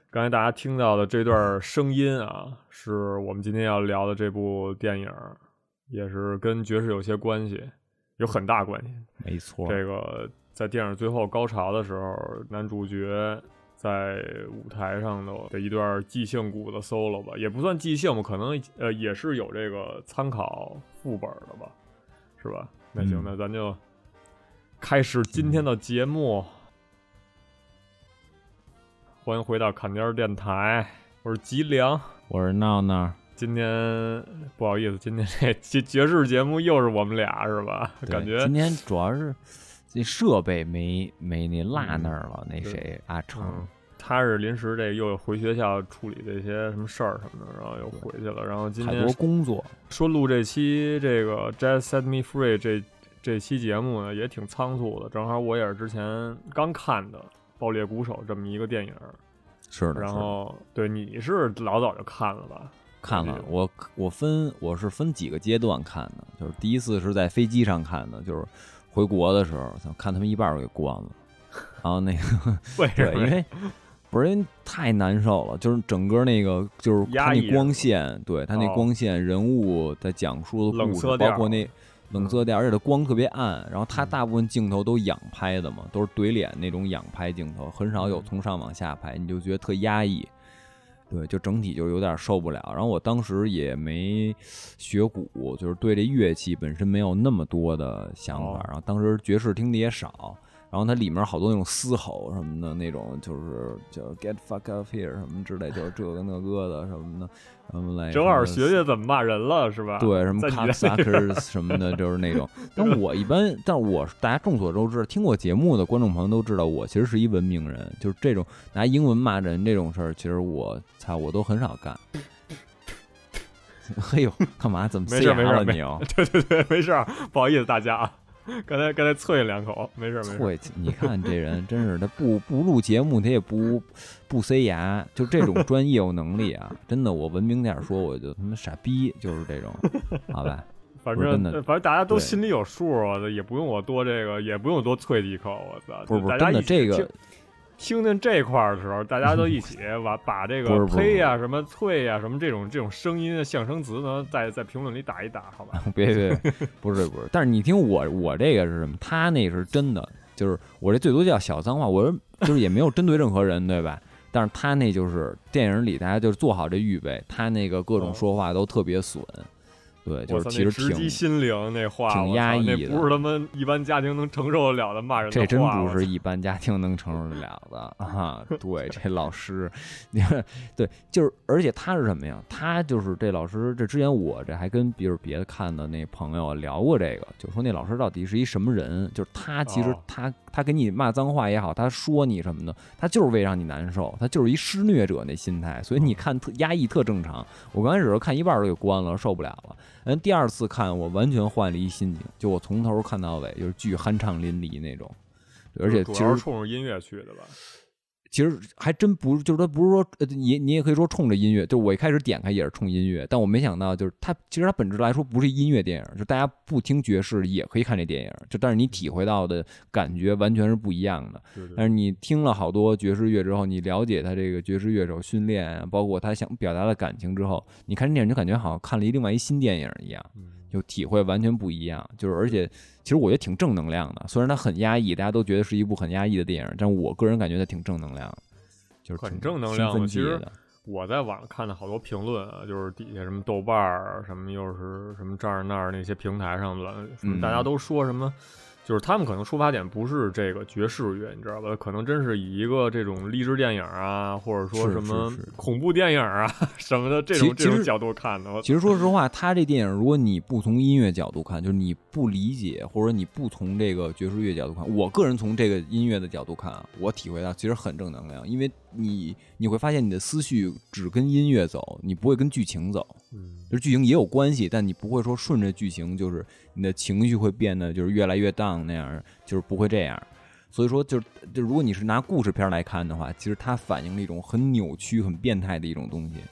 刚才大家听到的这段声音啊，是我们今天要聊的这部电影，也是跟爵士有些关系，有很大关系。 没错， 这个在电影最后高潮的时候，男主角在舞台上的一段即兴鼓的 solo 吧，也不算即兴吧，可能也是有这个参考副本的吧，是吧？那行，那咱就开始今天的节目。欢迎回到坎肩电台，我是吉良， 我是闹闹。 今天不好意思，今天这爵士节目又是我们俩是吧？感觉今天主要是这设备没那落那儿了，那谁阿成， 他是临时这又回学校处理这些什么事儿什么的，然后又回去了，然后今天太多工作， 说录这期这个 Just Set Me Free 这期节目呢也挺仓促的，正好我也是之前刚看的。爆裂鼓手这么一个电影， 是的。 然后对你是老早就看了吧？ 看了，我是分几个阶段看的，就是第一次是在飞机上看的，就是回国的时候，想看他们一半给关了，然后那个对，因为不是因为太难受了，就是整个那个就是他那光线，对他那光线，人物在讲述的故事，包括那。冷色调，而且它光特别暗，然后它大部分镜头都仰拍的嘛，都是怼脸那种仰拍镜头，很少有从上往下拍，你就觉得特压抑，对，就整体就有点受不了。然后我当时也没学鼓，就是对这乐器本身没有那么多的想法，然后当时爵士听的也少，然后它里面好多那种嘶吼什么的那种，就是叫 get fuck up here 什么之类，就是这个那个的什么的。 正好学学怎么骂人了是吧？ 对，什么 cocksuckers 什么的，就是那种。但我一般，大家众所周知，听过节目的观众朋友都知道，我其实是一文明人，就是这种拿英文骂人这种事儿，其实我都很少干。嘿呦，干嘛？怎么塞牙了你哦？ 对，没事，不好意思大家啊。刚才啐两口，没事。 你看这人真是，他不录节目，他也不塞牙，就这种专业有能力啊！真的，我文明点说，我就他妈傻逼，就是这种，好吧？ 反正大家都心里有数啊，也不用我多这个，也不用多啐几口，我操！ 不是真的这个。 听这块的时候，大家都一起把这个呸呀、什么啐呀、什么这种声音的象声词呢，在评论里打一打，好吧？ 别，不是，但是你听我这个是什么？他那是真的，就是我这最多叫小脏话，我就是也没有针对任何人，对吧？但是他那就是电影里大家就是做好这预备，他那个各种说话都特别损。对，就是其实直击心灵那话， 挺压抑的， 那不是他们一般家庭能承受得了的骂人的话。 这真不是一般家庭能承受得了的啊！对，这老师，你看，对，就是而且他是什么呀？他就是这老师，这之前我这还跟比如别的看的那朋友聊过这个，就说那老师到底是一什么人？就是他其实他给你骂脏话也好，他说你什么的，他就是为让你难受，他就是一施虐者那心态，所以你看压抑特正常。我刚开始看一半都给关了，受不了了。第二次看我完全换了一心情，就我从头看到尾，就是巨酣畅淋漓那种，而且其实冲着音乐去的吧。 其实还真不，就是他不是说你也可以说冲着音乐，就我一开始点开也是冲音乐，但我没想到就是其实它本质来说不是音乐电影，就大家不听爵士也可以看这电影，就但是你体会到的感觉完全是不一样的。但是你听了好多爵士乐之后，你了解他这个爵士乐手训练，包括他想表达的感情之后，你看这电影就感觉好像看了另外一新电影一样。就体会完全不一样，就是而且其实我觉得挺正能量的，虽然它很压抑，大家都觉得是一部很压抑的电影，但我个人感觉它挺正能量，就是很正能量。其实我在网上看了好多评论啊，就是底下什么豆瓣儿什么又是什么这儿那儿那些平台上的，什么大家都说什么。就是他们可能出发点不是这个爵士乐，你知道吧？可能真是以一个这种励志电影啊，或者说什么恐怖电影啊什么的这种角度看的。 其实说实话，他这电影如果你不从音乐角度看，就是你不理解或者你不从这个爵士乐角度看，我个人从这个音乐的角度看啊，我体会到其实很正能量，因为你会发现你的思绪只跟音乐走，你不会跟剧情走。就是剧情也有关系，但你不会说顺着剧情，就是你的情绪会变得就是越来越down那样，就是不会这样。所以说就如果你是拿故事片来看的话，其实它反映了一种很扭曲很变态的一种东西，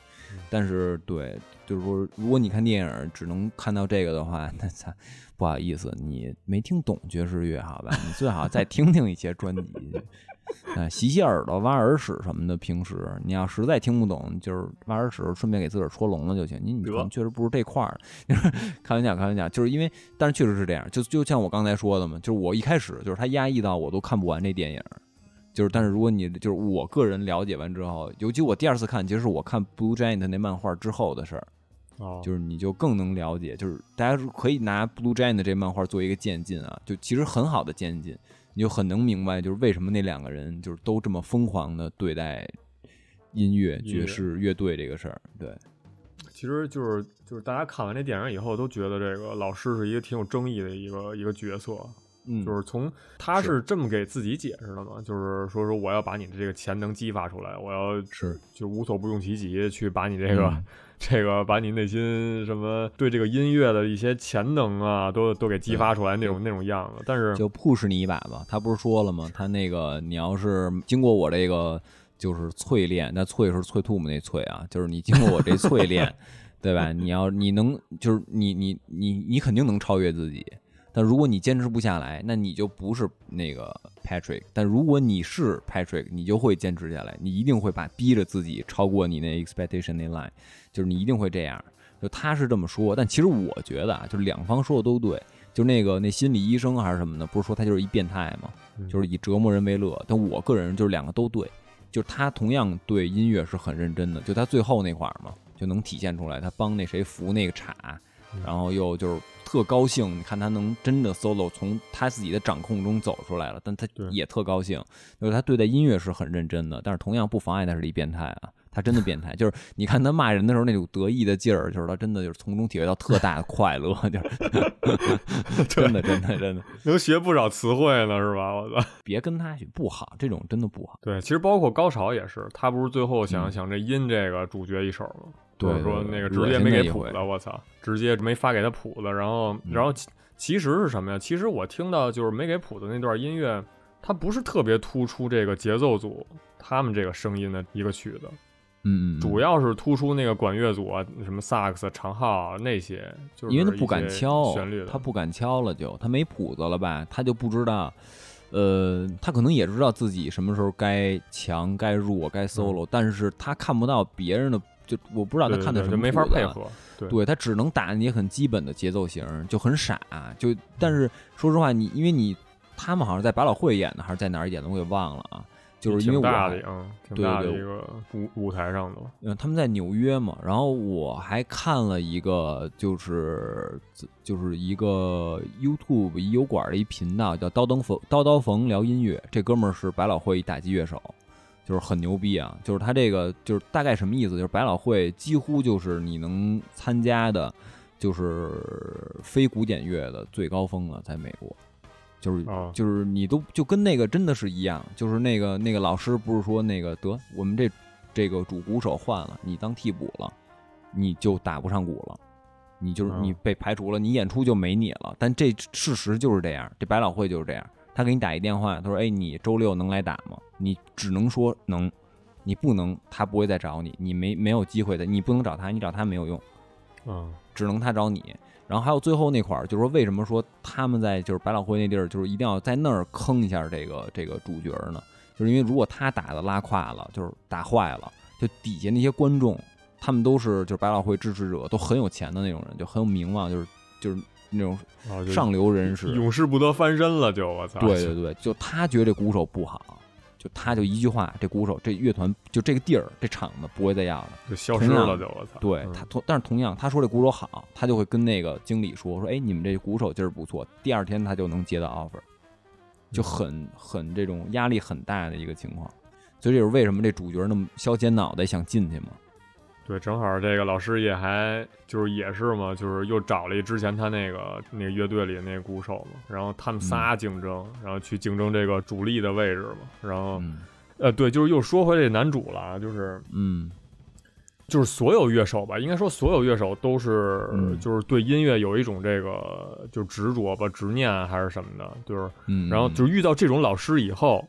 但是对，就是说，如果你看电影只能看到这个的话，那不好意思，你没听懂爵士乐，好吧？你最好再听听一些专辑，洗耳朵、挖耳屎什么的。平时你要实在听不懂，就是挖耳屎，顺便给自个儿戳聋了就行。你可能确实不是这块儿，开玩笑，就是因为，但是确实是这样，就像我刚才说的嘛，就是我一开始就是他压抑到我都看不完这电影。就是，但是如果你就是我个人了解完之后，尤其我第二次看，其实是我看 Blue Giant 那漫画之后的事儿，就是你就更能了解，就是大家可以拿 Blue Giant 这漫画做一个渐进啊，就其实很好的渐进，你就很能明白，就是为什么那两个人就是都这么疯狂的对待音乐、爵士乐队这个事儿。对， 其实就是大家看完这电影以后都觉得这个老师是一个挺有争议的一个角色。就是从他是这么给自己解释的嘛，就是说我要把你的这个潜能激发出来，我要就无所不用其极去把你这个把你内心什么对这个音乐的一些潜能啊，都给激发出来那种样子。但是就 push 你一把吧，他不是说了吗？他那个你要是经过我这个就是淬炼，那淬是淬吐沫那淬啊，就是你经过我这淬炼，对吧？你能就是你肯定能超越自己。但如果你坚持不下来，那你就不是那个 Patrick。但如果你是 Patrick， 你就会坚持下来，你一定会逼着自己超过你那 expectation 那 line， 就是你一定会这样。就他是这么说，但其实我觉得啊，就是两方说的都对。就那心理医生还是什么的，不是说他就是一变态嘛，就是以折磨人为乐。但我个人就是两个都对，就是他同样对音乐是很认真的，就他最后那块嘛，就能体现出来，他帮那谁扶那个镲，然后又就是特高兴，你看他能真的 solo 从他自己的掌控中走出来了，但他也特高兴，就是他对待音乐是很认真的，但是同样不妨碍他是一变态啊，他真的变态，就是你看他骂人的时候那种得意的劲儿，就是他真的就是从中体会到特大的快乐，就是真的能学不少词汇呢，是吧？我操， 别跟他学，不好，这种真的不好。 对，其实包括高潮也是，他不是最后想这阴这个主角一手吗？ 对， 说那个直接没给谱子，我操，直接没发给他谱子，然后其实是什么呀？其实我听到就是没给谱子那段音乐，它不是特别突出这个节奏组他们这个声音的一个曲子，主要是突出那个管乐组啊，什么萨克斯、长号那些，就是因为他不敢敲旋律， 他不敢敲了，他没谱子了吧，他就不知道。他可能也知道自己什么时候该强、该弱、该 solo，但是他看不到别人的。就我不知道他看的什么， 就没法配合。 对，他只能打你很基本的节奏型，就很傻。但是说实话，他们好像在百老汇演的，还是在哪儿演的，我给忘了啊。就是因为挺大的一个舞台上的。 他们在纽约嘛，然后我还看了一个，就是一个 YouTube 油管的一频道，叫刀锋聊音乐。这哥们儿是百老汇一打击乐手。就是很牛逼啊！就是他这个就是大概什么意思？就是百老汇几乎就是你能参加的，就是非古典乐的最高峰了，在美国。就是你都就跟那个真的是一样，就是那个老师不是说那个得我们这个主鼓手换了，你当替补了，你就打不上鼓了，你被排除了，你演出就没你了。但这事实就是这样，这百老汇就是这样。他给你打一电话，他说：“哎，你周六能来打吗？”你只能说能，你不能，他不会再找你，你没有机会的，你不能找他，你找他没有用，只能他找你。然后还有最后那块儿，就是说为什么说他们在就是百老汇那地儿，就是一定要在那儿坑一下这个主角呢？就是因为如果他打的拉胯了，就是打坏了，就底下那些观众，他们都是就是百老汇支持者，都很有钱的那种人，就很有名望，就是那种上流人士， 永世不得翻身了，我操！ 对，就他觉得这鼓手不好，就他就一句话，这鼓手这乐团就这个地儿这场子不会再要了， 就消失了，我操！ 对但是同样他说这鼓手好，他就会跟那个经理说，哎，你们这鼓手今儿不错，第二天他就能接到 offer， 就很这种压力很大的一个情况，所以这是为什么这主角那么削尖脑袋想进去嘛。 对，正好这个老师也是嘛，就是又找了之前他那个乐队里那个鼓手嘛，然后他们仨竞争，然后去竞争这个主力的位置嘛，然后对，就是又说回这男主了，就是所有乐手吧，应该说所有乐手都是就是对音乐有一种这个就执着吧、执念还是什么的，就是然后就是遇到这种老师以后，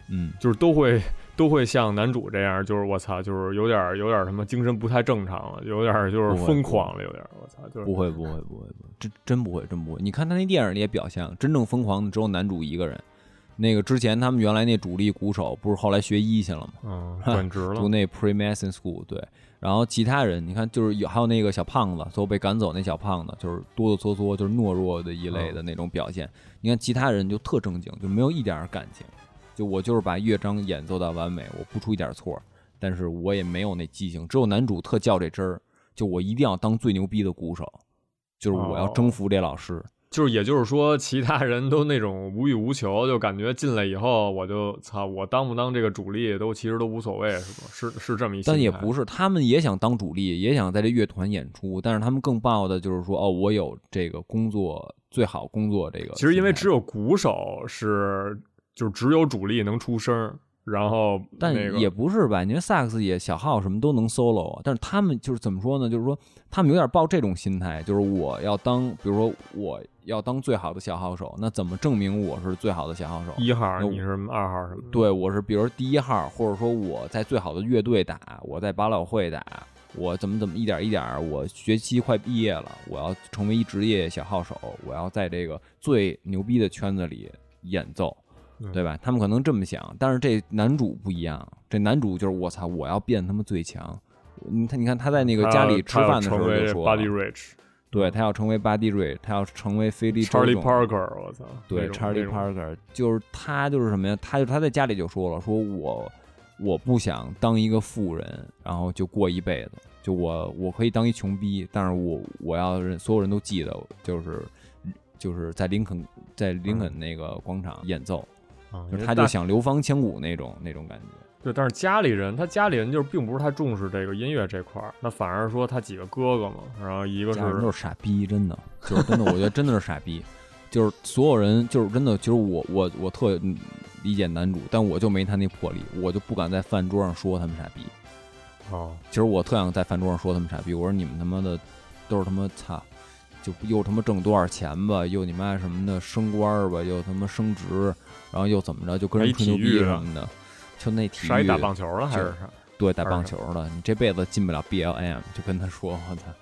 就是都会像男主这样，就是我操，就是有点什么精神不太正常了，有点就是疯狂了，有点我操，就是不会，真不会。你看他那电影里也表现，真正疯狂的只有男主一个人。那个之前他们原来那主力鼓手不是后来学医去了吗？ 转职了， 读那 pre-medicine school， 对。然后其他人你看，就是还有那个小胖子，最后被赶走那小胖子，就是哆哆嗦嗦，就是懦弱的一类的那种表现。你看其他人就特正经，就没有一点感情。就我就是把乐章演奏到完美，我不出一点错，但是我也没有那激情。只有男主特较这真儿，就我一定要当最牛逼的鼓手，就是我要征服这老师。 就是也就是说，其他人都那种无欲无求，就感觉进来以后我就操，我当不当这个主力其实都无所谓，是吗？是这么一心态。 但也不是，他们也想当主力，也想在这乐团演出，但是他们更抱的就是说，我有这个工作，最好工作这个。 其实因为只有鼓手就只有主力能出声，然后但也不是吧？你说萨克斯也小号什么都能 solo 啊，但是他们就是怎么说呢？就是说他们有点抱这种心态，就是我要当，比如说我要当最好的小号手，那怎么证明我是最好的小号手 ？1号，你是2号什么？ 对，我是比如说第1号，或者说我在最好的乐队打，我在百老汇打，我怎么一点一点，我学期快毕业了，我要成为一职业小号手，我要在这个最牛逼的圈子里演奏。对吧？他们可能这么想，但是这男主不一样。这男主就是我操，我要变他妈最强。你看他在那个家里吃饭的时候就说 ，Buddy Rich， 对他要成为 Buddy Rich， 他要成为菲利 Charlie Parker， 我操， 对 Charlie Parker， 就是他就是什么呀？他在家里就说了，说我不想当一个富人，然后就过一辈子。就我可以当一穷逼，但是我要所有人都记得，就是在林肯那个广场演奏。就是他就想流芳千古那种感觉。 对，但是他家里人就是并不是太重视这个音乐这块儿，那反而说他几个哥哥嘛，然后一个是家人都是傻逼，真的就是真的，我觉得真的是傻逼，就是所有人就是真的，就是我特理解男主，但我就没他那魄力，我就不敢在饭桌上说他们傻逼。其实我特想在饭桌上说他们傻逼，我说你们他妈的都是他妈操。就又他妈挣多少钱吧，又你妈什么的升官吧，又他妈升职，然后又怎么着，就跟人吹牛逼什么的，就那体育打棒球了还是啥？ 对，打棒球了，你这辈子进不了 BLM， 就跟他说我操，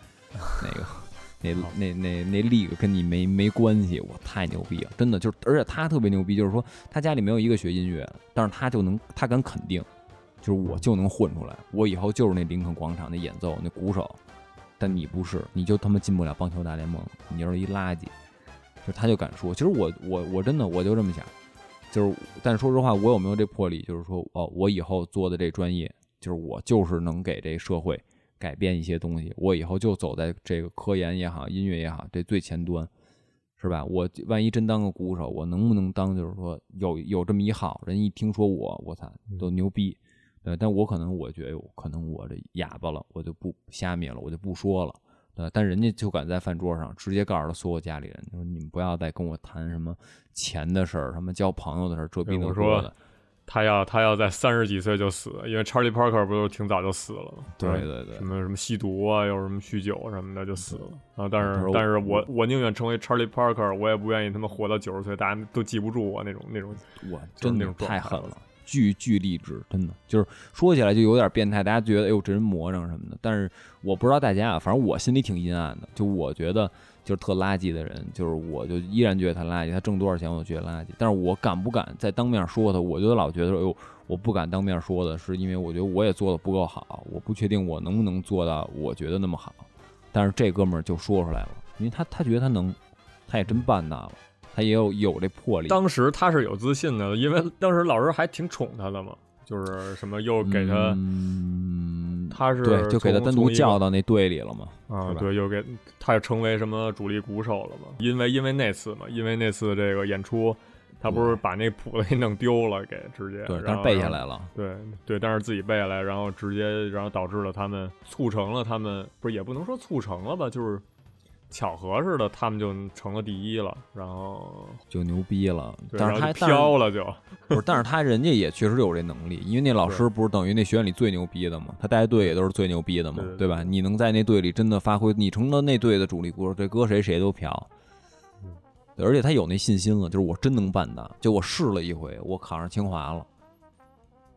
那 league 跟你没关系，我太牛逼了，真的就是，而且他特别牛逼，就是说他家里没有一个学音乐的，但是他敢肯定，就是我就能混出来，我以后就是那林肯广场那演奏那鼓手。但你不是，你就他妈进不了棒球大联盟，你就是一垃圾。就他就敢说，其实我真的我就这么想，就是但是说实话，我有没有这魄力？就是说我以后做的这专业，就是我就是能给这社会改变一些东西，我以后就走在这个科研也好，音乐也好，这最前端，是吧？我万一真当个鼓手，我能不能当？就是说有这么一号人一听说我操都牛逼。但我觉得可能我这哑巴了，我就不瞎灭了，我就不说了。但人家就敢在饭桌上直接告诉他所有家里人，说你们不要再跟我谈什么钱的事儿，什么交朋友的事儿，这逼那说的。 他要在30几岁就死，因为 Charlie Parker 不是挺早就死了吗？ 对， 什么吸毒啊，又什么酗酒什么的就死了。然后但是我宁愿成为 Charlie Parker， 我也不愿意他妈活到90岁，大家都记不住我那种。 我真的太狠了。巨励志，真的就是说起来就有点变态，大家觉得哎呦这人魔怔什么的，但是我不知道大家啊，反正我心里挺阴暗的。就我觉得就是特垃圾的人，就是我就依然觉得他垃圾，他挣多少钱我就觉得垃圾，但是我敢不敢在当面说他？我就老觉得哎呦我不敢当面说的，是因为我觉得我也做的不够好，我不确定我能不能做到我觉得那么好。但是这哥们儿就说出来了，因为他觉得他能，他也真办到了。他也有这魄力。 当时他是有自信的，因为当时老师还挺宠他的嘛，就是什么又给他，他是对，就给他单独叫到那队里了嘛。 啊，对，又给他成为什么主力鼓手了嘛？因为那次这个演出，他不是把那谱子给弄丢了，给直接对，但是背下来了。 对，但是自己背下来，然后直接导致了他们促成了他们不是也不能说促成了吧，就是巧合似的，他们就成了第1了，然后就牛逼了。 但是他飘了就不是，但是他人家也确实有这能力，因为那老师不是等于那学院里最牛逼的嘛，他带队也都是最牛逼的嘛，对吧？你能在那队里真的发挥，你成了那队的主力鼓手，这搁谁都飘。而且他有那信心了，就是我真能办到，就我试了一回，我考上清华了，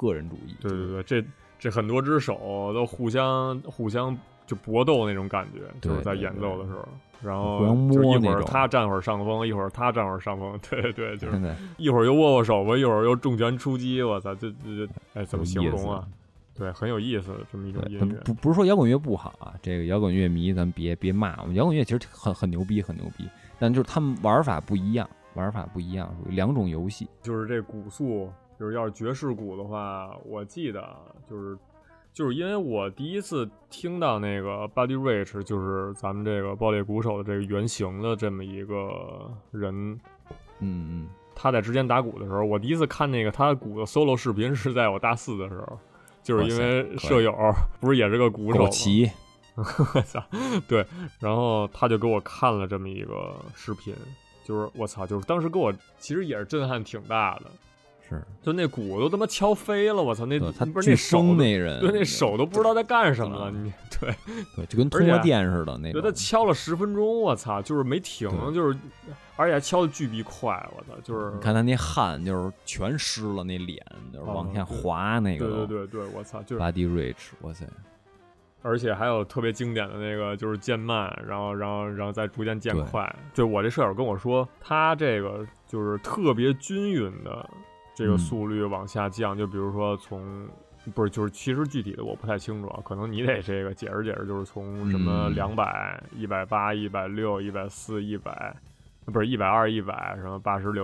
个人主义。 对对对，这很多只手都互相就搏斗那种感觉，就是在演奏的时候，然后就一会儿他占会儿上风，一会儿他占会儿上风，对对，就是一会儿又握手吧，一会儿又重拳出击，我操，这哎怎么形容啊？对，很有意思的这么一种音乐。 不是说摇滚乐不好啊，这个摇滚乐迷咱别骂我们，摇滚乐其实很牛逼，很牛逼，但就是他们玩法不一样，属于两种游戏。 就是这鼓速，就是要是爵士鼓的话，我记得就是因为我第一次听到那个 Buddy Rich， 就是咱们这个爆裂鼓手的这个原型的这么一个人，他在之前打鼓的时候，我第一次看那个他鼓的 solo 视频是在我大4的时候，就是因为舍友不是也是个鼓手吗？我操，对，然后他就给我看了这么一个视频，就是我操，就是当时给我其实也是震撼挺大的。 是， 就那鼓都他妈敲飞了，我操！ 他不是那手那人， 对，那手都不知道在干什么了。你对， 就跟通过电似的那种。 对，他敲了10分钟，我操，就是没停，就是而且还敲的巨逼快，我操，就是你看他那汗就是全湿了，那脸就是往下滑那个。 对，我操，就是 Buddy Rich， 哇塞！ 而且还有特别经典的那个，就是渐慢，然后再逐渐渐快。就我这舍友跟我说，他这个就是特别均匀的。这个速率往下降，就比如说不是，就是其实具体的我不太清楚啊，可能你得这个解释解释，就是从什么200、180、160、140、100，不是120、100，什么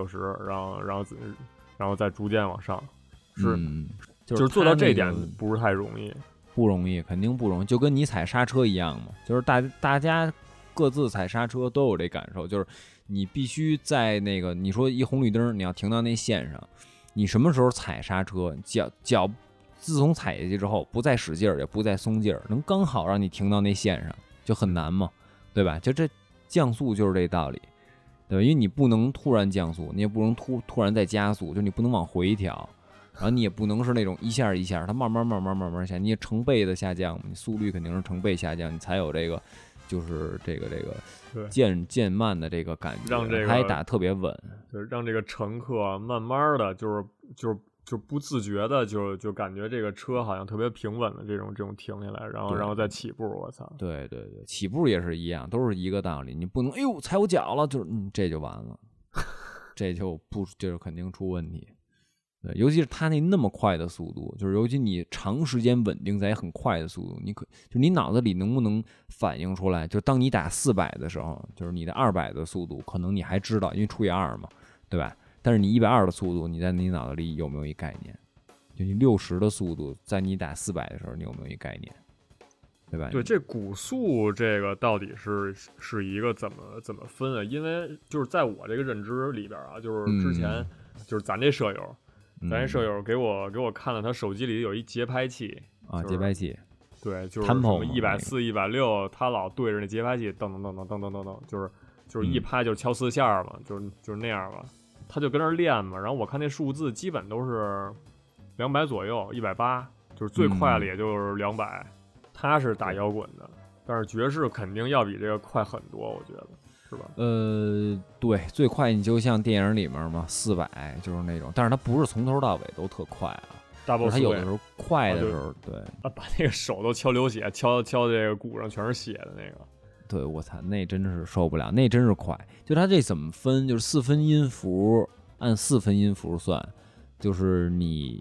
80、60，然后再逐渐往上，就是做到这点不是太容易， 不容易，肯定不容易，就跟你踩刹车一样嘛，就是大家各自踩刹车都有这感受，就是你必须在那个你说一红绿灯，你要停到那线上。你什么时候踩刹车，脚自从踩下去之后不再使劲儿也不再松劲儿，能刚好让你停到那线上，就很难嘛，对吧？就这降速就是这道理，对吧？因为你不能突然降速，你也不能突然再加速，就你不能往回调，然后你也不能是那种一下一下，它慢慢下，你也成倍的下降，你速率肯定是成倍下降，你才有这个就是这个渐慢的这个感觉， 让这个还打特别稳， 对，让这个乘客慢慢的就不自觉的就感觉这个车好像特别平稳的这种停下来，然后再起步，我操！ 对，起步也是一样，都是一个道理，你不能哎呦踩我脚了，就是这就完了，这就肯定出问题。对，尤其是他那么快的速度，就是尤其你长时间稳定在很快的速度，就你脑子里能不能反应出来？就当你打400的时候，就是你的200的速度，可能你还知道，因为除以2嘛，对吧？但是你120的速度，你在你脑子里有没有一概念？就你60的速度，在你打400的时候，你有没有一概念？对吧？ 对，这鼓速这个到底是一个怎么分啊？因为就是在我这个认知里边啊，就是之前就是咱这舍友。咱舍友给我看了他手机里有一节拍器啊，节拍器， 对，就是什么140、160，他老对着那节拍器噔噔噔噔噔噔噔噔，就是一拍就敲4下嘛，就是那样嘛，他就跟那练嘛。然后我看那数字基本都是200左右180，就是最快的也就是200。他是打摇滚的，但是爵士肯定要比这个快很多，我觉得。是吧？ 对，最快你就像电影里面嘛，400就是那种，但是它不是从头到尾都特快啊，它有的时候快的时候，对， 把那个手都敲流血，敲这个鼓上全是血的那个， 对，我操，那真是受不了，那真是快。就它这怎么分？就是4分音符，按4分音符算，就是你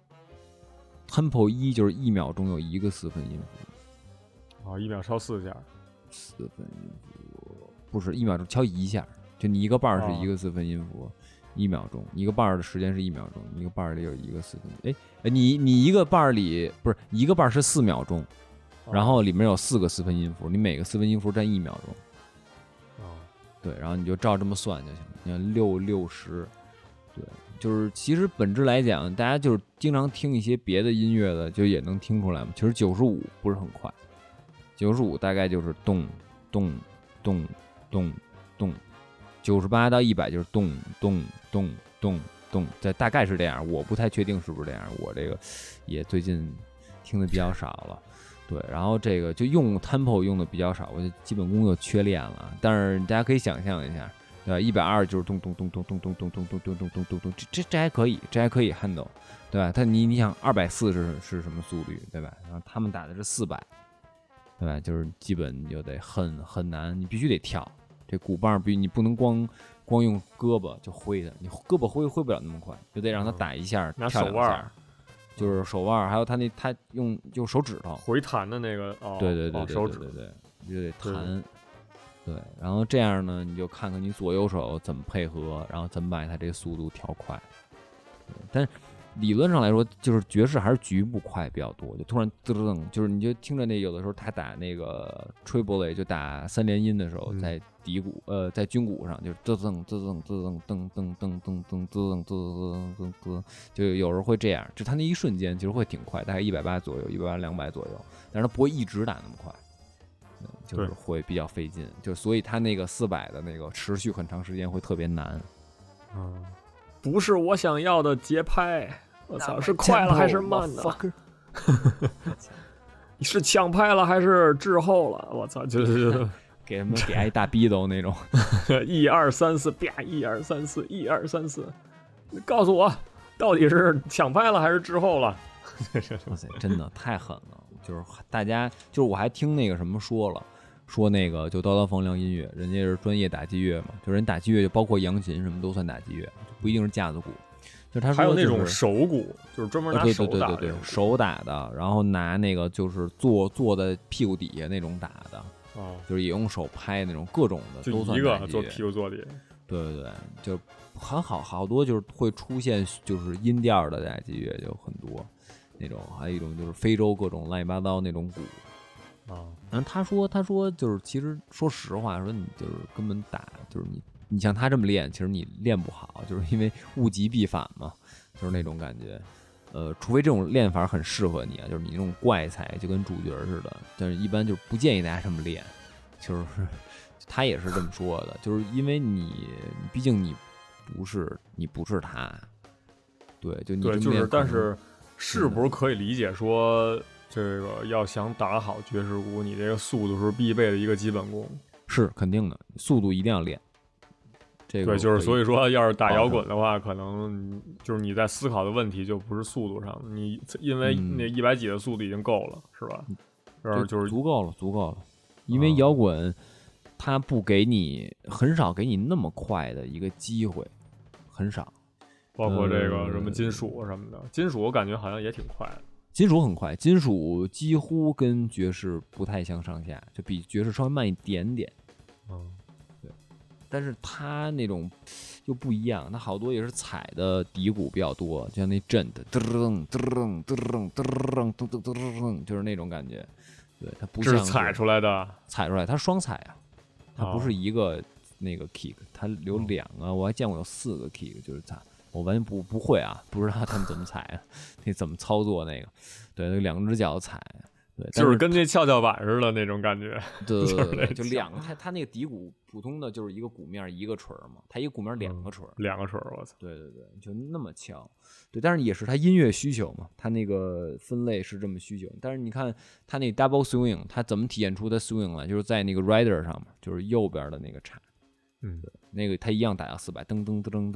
tempo 1就是1秒钟有一个4分音符， 1秒敲4下 ，4分音符。不是1秒钟敲1下，就你一个瓣是一个4分音符，1秒钟，一个瓣的时间是1秒钟，一个瓣里有一个4分。你一个瓣里不是一个瓣是4秒钟，然后里面有4个4分音符，你每个4分音符占1秒钟。对，然后你就照这么算就行。你看60，对，就是其实本质来讲，大家就是经常听一些别的音乐的，就也能听出来嘛。其实95不是很快，95大概就是咚咚咚。咚咚，98到100就是咚咚咚咚咚，大概是这样，我不太确定是不是这样，我这个也最近听的比较少了，对，然后这个就用 tempo 用的比较少，我就基本功就缺练了，但是大家可以想象一下，对吧？120就是咚咚咚咚咚咚咚咚咚咚咚咚咚咚，这还可以，handle， 对吧？你想240是什么速率，对吧？然后他们打的是400，对吧？就是基本就得很难，你必须得跳。这鼓棒你不能光用胳膊就挥的，你胳膊挥不了那么快，就得让他打一下， 拿手腕， 就是手腕，还有他用就手指头回弹的那个， 对， 手指， 对，你就得弹。对，然后这样呢，你就看看你左右手怎么配合，然后怎么把它这个速度调快。但是理论上来说，就是爵士还是局部快比较多，就突然噔，就是你就听着那有的时候他打那个 treble 就打3连音的时候，在底鼓在军鼓上就是噔，就有时候会这样，就他那一瞬间其实会挺快，大概180左右，180、200左右，但是他不会一直打那么快。就是会比较费劲，就所以他那个400的那个持续很长时间会特别难。 不是我想要的节拍，我操，是快了还是慢的？你是抢拍了还是滞后了？我操，就是给他们给挨大逼斗那种。 1、2、3、4，啪！1、2、3、4，1、2、3、4，你告诉我，到底是抢拍了还是滞后了？ 哇塞，真的太狠了！就是大家，就是我还听那个什么说那个就刀放亮音乐，人家是专业打击乐嘛，就人打击乐就包括扬琴什么都算打击乐，不一定是架子鼓。就他说、就是、 还有那种手鼓，就是专门拿手打的， 对，手打的，然后拿那个就是坐在屁股底下那种打的，就是也用手拍那种各种的，都算打击乐。 一个坐屁股坐底。 对，就好多就是会出现就是音调的打击乐就很多。那种还有一种就是非洲各种乱七八糟那种鼓然后他说就是其实说实话说你就是根本打就是你像他这么练，其实你练不好，就是因为物极必反嘛，就是那种感觉。除非这种练法很适合你啊，就是你那种怪才就跟主角似的，但是一般就不建议大家这么练。就是他也是这么说的，就是因为毕竟你不是他，对，就你这么练就是但是。是不是可以理解说，这个要想打好爵士鼓，你这个速度是必备的一个基本功？ 是肯定的，速度一定要练。这个对，就是所以说，要是打摇滚的话，可能就是你在思考的问题就不是速度上，你因为那100几的速度已经够了，是吧？就是足够了，因为摇滚它不给你很少给你那么快的一个机会，很少。 包括这个什么金属什么的，金属我感觉好像也挺快的。 金属很快，金属几乎跟爵士不太相上下，就比爵士稍微慢一点点。对，但是它那种就不一样，它好多也是踩的底鼓比较多，就像那震的噔，就是那种感觉。对，它不像是踩出来， 它双踩啊，它不是一个那个 kick， 它有2个，我还见过有4个 kick， 就是踩。我完全不会啊，不知道他们怎么踩啊，那怎么操作那个？对，那2只脚踩，对， 就是跟那跷跷板似的那种感觉。 对，就2个，他那个底鼓普通的就是一个鼓面一个锤嘛，他一个鼓面2个锤 ，2个锤，我操！ 对，就那么敲，对，但是也是他音乐需求嘛，他那个分类是这么需求。但是你看他那 double swing， 他怎么体现出他 swing 来？就是在那个 rider 上面，就是右边的那个镲。对，那个他一样打到400，噔，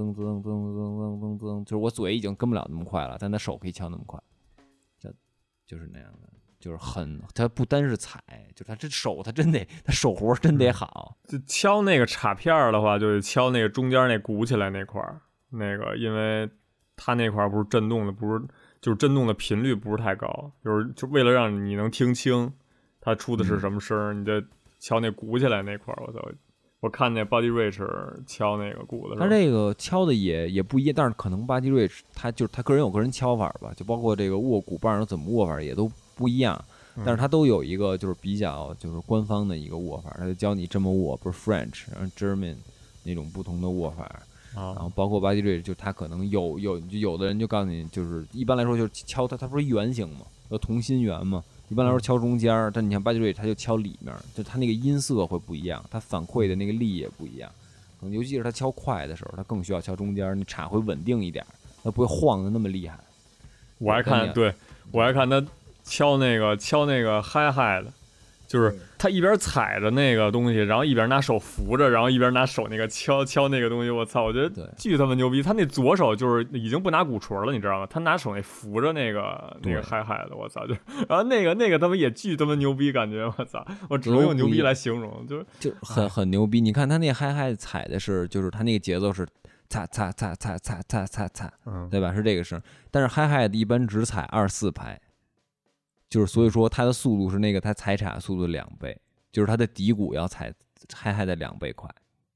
就是我嘴已经跟不了那么快了，但他手可以敲那么快，就是那样的，就是他不单是踩，就是他这手他手活真得好。 就敲那个镲片的话，就得敲那个中间那鼓起来那块儿，那个因为他那块儿不是震动的，就是震动的频率不是太高，就为了让你能听清他出的是什么声，你得敲那鼓起来那块儿，我操！我看那 Buddy Rich 敲那个鼓的时候， 他这个敲的也不一样，但是可能 Buddy Rich 他个人有个人敲法吧，就包括这个握鼓棒怎么握法也都不一样，但是他都有一个就是比较就是官方的一个握法，他就教你这么握，不是 French 然后 German 那种不同的握法，然后包括 Buddy Rich 就他可能有的人就告诉你，就是一般来说就是敲它不是圆形嘛，同心圆嘛。一般来说敲中间，但你像 Buddy Rich 他就敲里面，就他那个音色会不一样，他反馈的那个力也不一样。尤其是他敲快的时候，他更需要敲中间，你镲会稳定一点，他不会晃的那么厉害。 我还看他敲那个嗨嗨的， 就是他一边踩着那个东西，然后一边拿手扶着，然后一边拿手那个敲那个东西。我操，我觉得巨他妈牛逼！他那左手就是已经不拿鼓槌了，你知道吗？他拿手那扶着那个嗨嗨的，我操！就然后那个他妈也巨他妈牛逼，感觉我操，我只能用牛逼来形容， 就很牛逼。你看他那嗨嗨踩的是，就是他那个节奏是擦擦擦擦擦擦擦擦，对吧？是这个声。但是嗨嗨的一般只踩24拍。就是所以说它的速度是那个它踩镲速度的2倍，就是它的底鼓要踩嗨嗨的2倍快。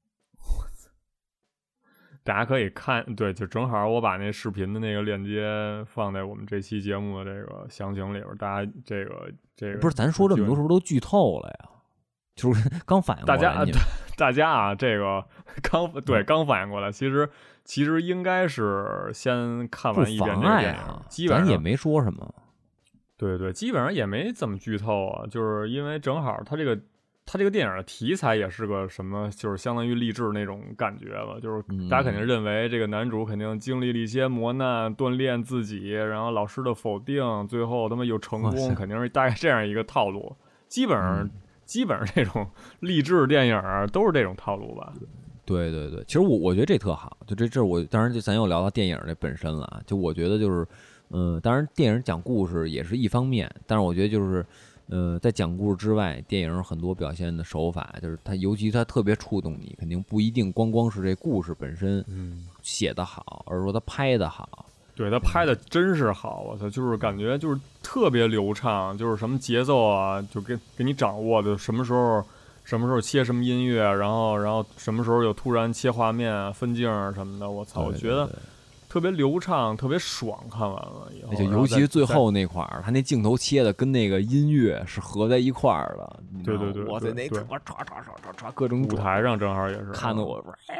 大家可以看，对，就正好我把那视频的那个链接放在我们这期节目的这个详情里边，大家这个不是咱说这么多是不是都剧透了呀？就是刚反应过来， 大家啊，这个刚反应过来，其实应该是先看完一遍这个电影，基本上咱也没说什么。 对，基本上也没怎么剧透啊，就是因为正好他这个电影的题材也是个什么，就是相当于励志那种感觉了，就是大家肯定认为这个男主肯定经历了一些磨难，锻炼自己，然后老师的否定，最后他妈又成功，肯定是大概这样一个套路。基本上这种励志电影都是这种套路吧。 对，其实我觉得这特好，就这我当然就咱又聊到电影这本身了，就我觉得就是。当然电影讲故事也是一方面，但是我觉得就是在讲故事之外，电影很多表现的手法，就是它尤其它特别触动你，肯定不一定光是这故事本身写得好，而是说它拍得好。 对，他拍的真是好，我操，就是感觉就是特别流畅，就是什么节奏啊，就给你掌握的，什么时候切什么音乐，然后什么时候又突然切画面、分镜什么的，我操，我觉得。特别流畅，特别爽，看完了以后， 就尤其是最后那块儿，他那镜头切的跟那个音乐是合在一块儿的。 对， 哇塞，那唰各种舞台上正好也是看得我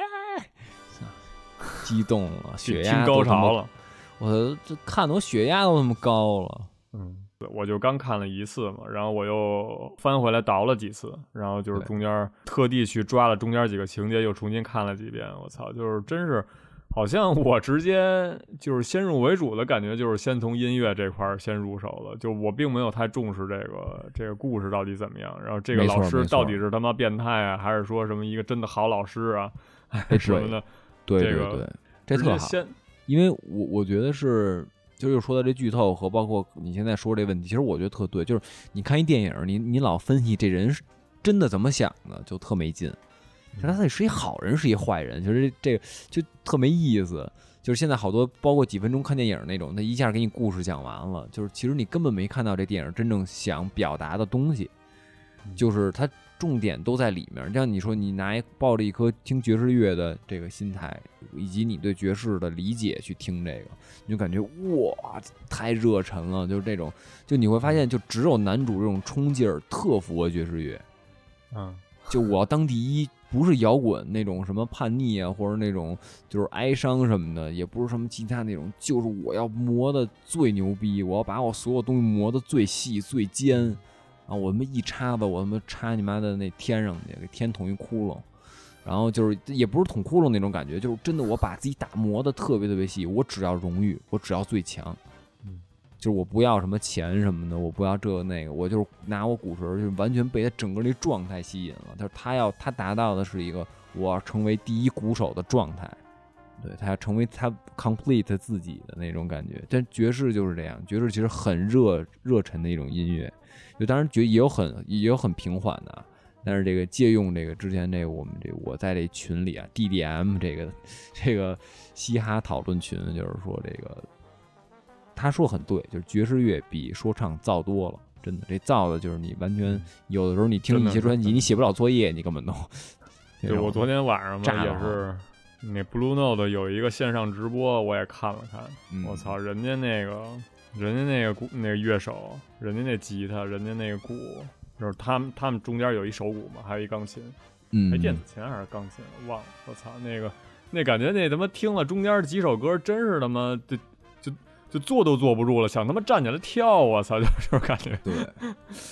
激动了，血压高潮了， 我这看得我血压都那么高了。 我就刚看了一次嘛，然后我又翻回来倒了几次，然后就是中间特地去抓了中间几个情节，又重新看了几遍。我操，就是真是。好像我直接就是先入为主的感觉，就是先从音乐这块先入手了，就我并没有太重视这个故事到底怎么样，然后这个老师到底是他妈变态啊，还是说什么一个真的好老师啊，还是什么的？ 对，这特好。因为我觉得是，就说到这剧透和包括你现在说这问题，其实我觉得特对，就是你看一电影，你老分析这人是真的怎么想的，就特没劲。他到底是一好人是一坏人，就是这个就特没意思。就是现在好多包括几分钟看电影那种，他一下给你故事讲完了，就是其实你根本没看到这电影真正想表达的东西，就是它重点都在里面。像你说你抱着一颗听爵士乐的这个心态，以及你对爵士的理解去听这个，你就感觉哇太热忱了，就是这种，就你会发现就只有男主这种冲劲儿特符合爵士乐。就我要当第一，不是摇滚那种什么叛逆啊，或者那种就是哀伤什么的，也不是什么其他那种，就是我要磨的最牛逼，我要把我所有东西磨的最细最尖啊！我他妈一插吧，我他妈插你妈的那天上去，给天捅一窟窿，然后就是也不是捅窟窿那种感觉，就是真的我把自己打磨的特别特别细，我只要荣誉，我只要最强。就是我不要什么钱什么的，我不要这个那个，我就是拿我鼓槌，就完全被他整个那状态吸引了。就是他达到的是一个我要成为第一鼓手的状态，对，他要成为他 complete 自己的那种感觉。但爵士就是这样，爵士其实很热忱的一种音乐，就当然也有很平缓的，但是这个借用这个之前这个我在这群里啊 DDM 这个嘻哈讨论群，就是说这个。他说很对，就是爵士乐比说唱造多了，真的，这造的就是你完全有的时候你听一些专辑，你写不了作业，你根本都。 对，我昨天晚上嘛也是，那 Blue Note 有一个线上直播，我也看了看。我操，人家那个乐手，人家那吉他，人家那个鼓，就是他们中间有一手鼓嘛，还有一钢琴，电子琴还是钢琴，我忘了。我操，那感觉那他妈听了中间几首歌，真是他妈就坐都坐不住了，想他妈站起来跳，我操，就是感觉。 对，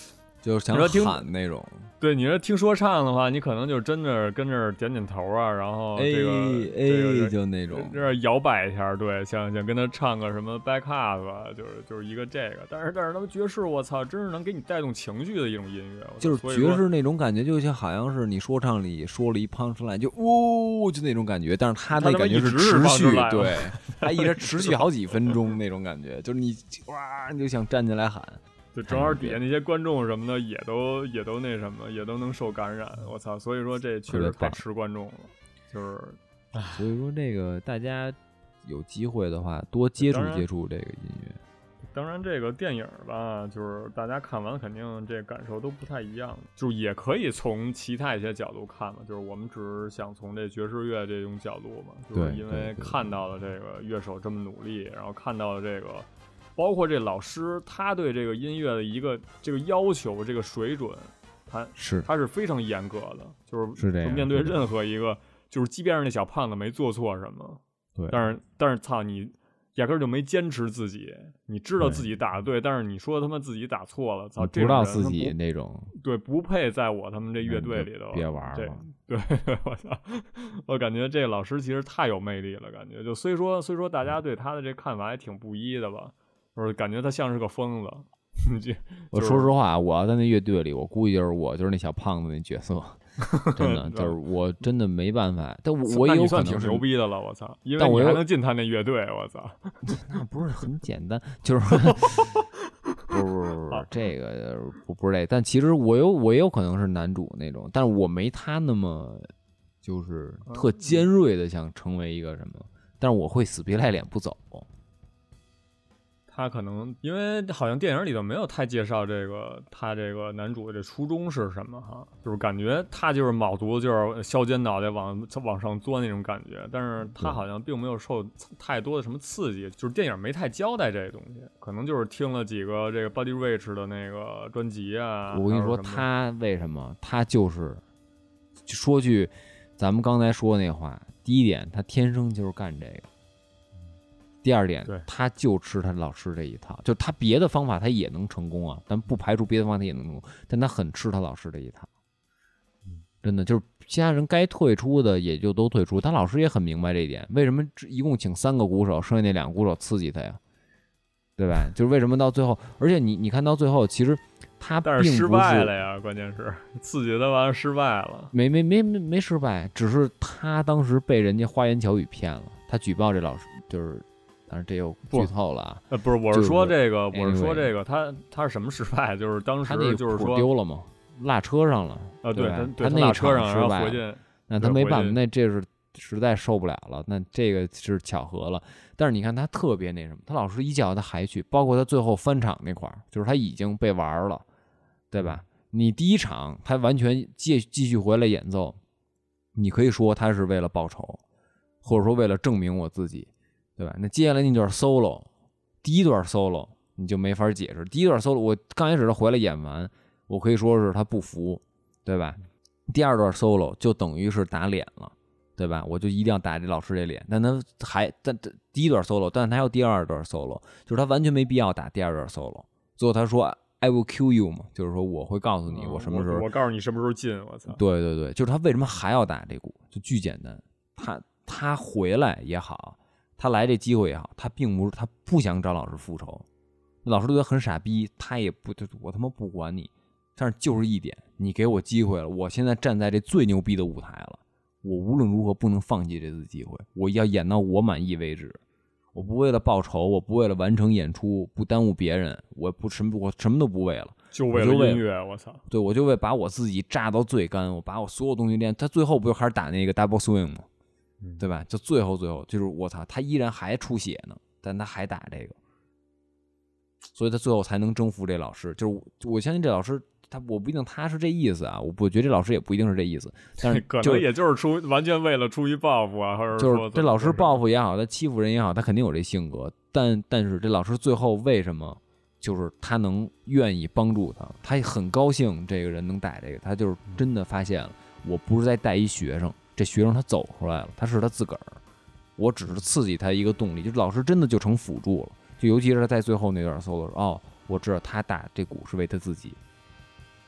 就是想喊那种。 对，你说听说唱的话，你可能就真的跟着点点头啊，然后这个就那种这摇摆一下，对，想跟他唱个什么 back up 啊，就是一个这个。但是他们爵士，我操，真是能给你带动情绪的一种音乐。 就是爵士那种感觉，就像好像是你说唱里说了一 punchline，就就那种感觉。但是他那感觉是持续，对，他一直持续好几分钟那种感觉，就是你哇，你就想站起来喊。 对，正好底下那些观众什么的也都那什么，也都能受感染。我操，所以说这确实太吃观众了，就是， 所以说这个大家有机会的话多接触接触这个音乐。 当然，这个电影吧，就是大家看完肯定这感受都不太一样，就是也可以从其他一些角度看嘛。就是我们只是想从这爵士乐这种角度嘛，就是因为看到了这个乐手这么努力，然后看到了这个。包括这老师，他对这个音乐的一个这个要求，这个水准，他是非常严格的，就是面对任何一个，就是即便是那小胖子没做错什么， 对， 但是操你压根儿就没坚持自己，你知道自己打的对，但是你说他妈自己打错了，操， 不知道自己那种， 对，不配在我他们这乐队里头， 别玩了， 对，我操，我感觉这老师其实太有魅力了，感觉就虽说大家对他的这看法也挺不一的吧。就是感觉他像是个疯子。 我说实话，我要在那乐队里，我估计就是那小胖子那角色，真的就是我真的没办法。但我也有可能挺牛逼的了，我操！因为你还能进他那乐队，我操！ 那不是很简单，就是不这个不是这，但其实我也有可能是男主那种，但是我没他那么就是特尖锐的想成为一个什么，但是我会死皮赖脸不走。 他可能因为好像电影里头没有太介绍他这个男主的这初衷是什么哈，就是感觉他就是卯足就是削尖脑袋往上钻那种感觉，但是他好像并没有受太多的什么刺激，就是电影没太交代这个东西，可能就是听了几个这个 Buddy Rich 的那个专辑啊。 我跟你说他为什么，他就是说句咱们刚才说那话，第一点他天生就是干这个。第二点，他就吃他老师这一套，就他别的方法他也能成功啊，但不排除别的方法他也能成功，但他很吃他老师这一套。真的就是其他人该退出的也就都退出，他老师也很明白这一点。为什么一共请3个鼓手，剩下那2个鼓手刺激他呀？对吧？就是为什么到最后，而且你看到最后，其实他并不是失败了呀，关键是刺激他完了失败了， 没失败，只是他当时被人家花言巧语骗了，他举报这老师就是。但是这又剧透了啊！ 不是，我是说这个，我是说这个，他是什么失败？就是当时就是说丢了嘛，落车上了啊！对， 他那车上失败，那他没办法，那这是实在受不了了。那这个是巧合了，但是你看他特别那什么，他老师一叫他还去，包括他最后翻场那块儿，就是他已经被玩了，对吧？你第一场他完全继续回来演奏，你可以说他是为了报仇，或者说为了证明我自己。对吧？那接下来那段 solo， 第一段 solo 你就没法解释。第一段 solo 我刚开始他回来演完，我可以说是他不服，对吧？第二段 solo 就等于是打脸了，对吧？我就一定要打这老师这脸。但第一段 solo， 但他还有第二段 solo， 就是他完全没必要打第二段 solo。最后他说 I will kill you 嘛，就是说我会告诉你我什么时候， 我告诉你什么时候进。我操！ 对对对，就是他为什么还要打这鼓，就巨简单。他回来也好。他来这机会也好，他不想找老师复仇，老师对他很傻逼，他也不，我他妈不管你，但是就是一点，你给我机会了，我现在站在这最牛逼的舞台了，我无论如何不能放弃这次机会，我要演到我满意为止，我不为了报仇，我不为了完成演出，不耽误别人，我什么都不为了， 就为了音乐，我操！ 对，我就为把我自己榨到最干，我把我所有东西练，他最后不就还是打那个 double swing 吗？对吧？就最后就是我操，他依然还出血呢，但他还打这个，所以他最后才能征服这老师。就是我相信这老师，我不一定他是这意思啊，我觉得这老师也不一定是这意思，但是可能也就是完全为了出于报复啊，或者就是这老师报复也好，他欺负人也好，他肯定有这性格。但是这老师最后为什么就是他能愿意帮助他，他很高兴这个人能打这个，他就是真的发现了，我不是在带一学生。这学生他走出来了，他是他自个儿，我只是刺激他一个动力，就是老师真的就成辅助了，就尤其是在最后那段 solo， 我知道他打这鼓是为他自己，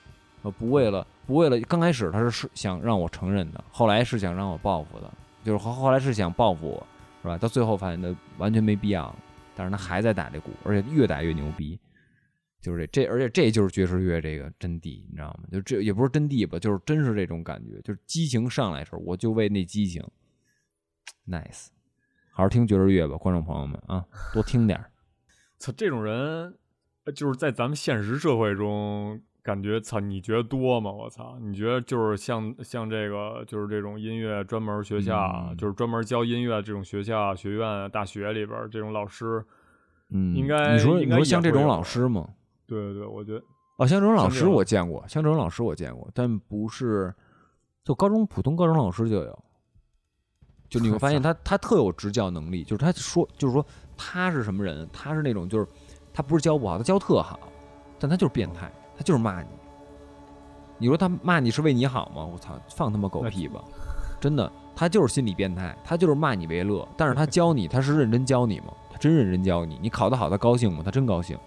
不为了，刚开始他是想让我承认的，后来是想让我报复的，就是后来是想报复我，是吧？到最后发现他完全没必要，但是他还在打这鼓，而且越打越牛逼，就是而且这就是爵士乐这个真谛，你知道吗？就这也不是真谛吧，就是真是这种感觉，就是激情上来的时候，我就为那激情 ，nice， 好好听爵士乐吧，观众朋友们啊，多听点。 操，这种人就是在咱们现实社会中。感觉操，你觉得多吗？我操，你觉得就是像这个，就是这种音乐专门学校，就是专门教音乐这种学校、学院、大学里边这种老师，应该你说像这种老师吗？ 对，我觉得像这种老师我见过，但不是就普通高中老师就有，就你会发现他特有执教能力，就是他说他是什么人，他是那种就是他不是教不好，他教特好，但他就是变态。他就是骂你，你说他骂你是为你好吗？我操，放他妈狗屁吧！真的，他就是心理变态，他就是骂你为乐。但是他教你，他是认真教你吗？他真认真教你，你考得好，他高兴吗？他真高兴。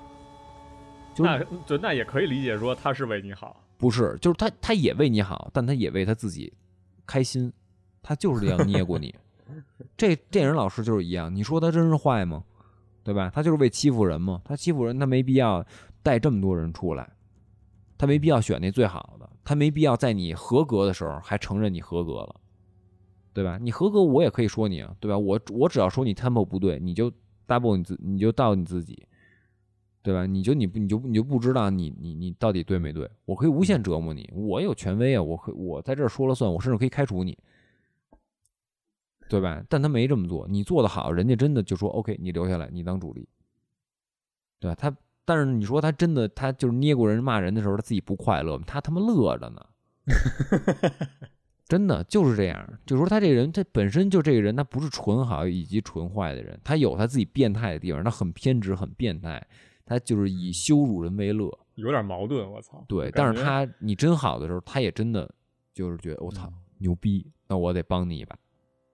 那也可以理解说他是为你好， 不是，就是他也为你好，但他也为他自己开心，他就是这样捏过你。这电影老师就是一样，你说他真是坏吗？对吧？他就是为欺负人吗？他欺负人，他没必要带这么多人出来，他没必要选那最好的，他没必要在你合格的时候还承认你合格了，对吧？你合格我也可以说你啊，对吧？我只要说你 tempo 不对，你就 double 你就到你自己，对吧？你就不知道你到底对没对？我可以无限折磨你，我有权威啊，我在这儿说了算，我甚至可以开除你。对吧？但他没这么做，你做得好，人家真的就说 OK， 你留下来，你当主力，对吧？但是你说他真的，他就是捏过人骂人的时候，他自己不快乐吗？他他妈乐着呢，真的就是这样。就是说他这人，他本身就这个人，他不是纯好以及纯坏的人，他有他自己变态的地方，他很偏执，很变态，他就是以羞辱人为乐， 有点矛盾，我操。 对，但是你真好的时候，他也真的就是觉得我操牛逼，那我得帮你一把。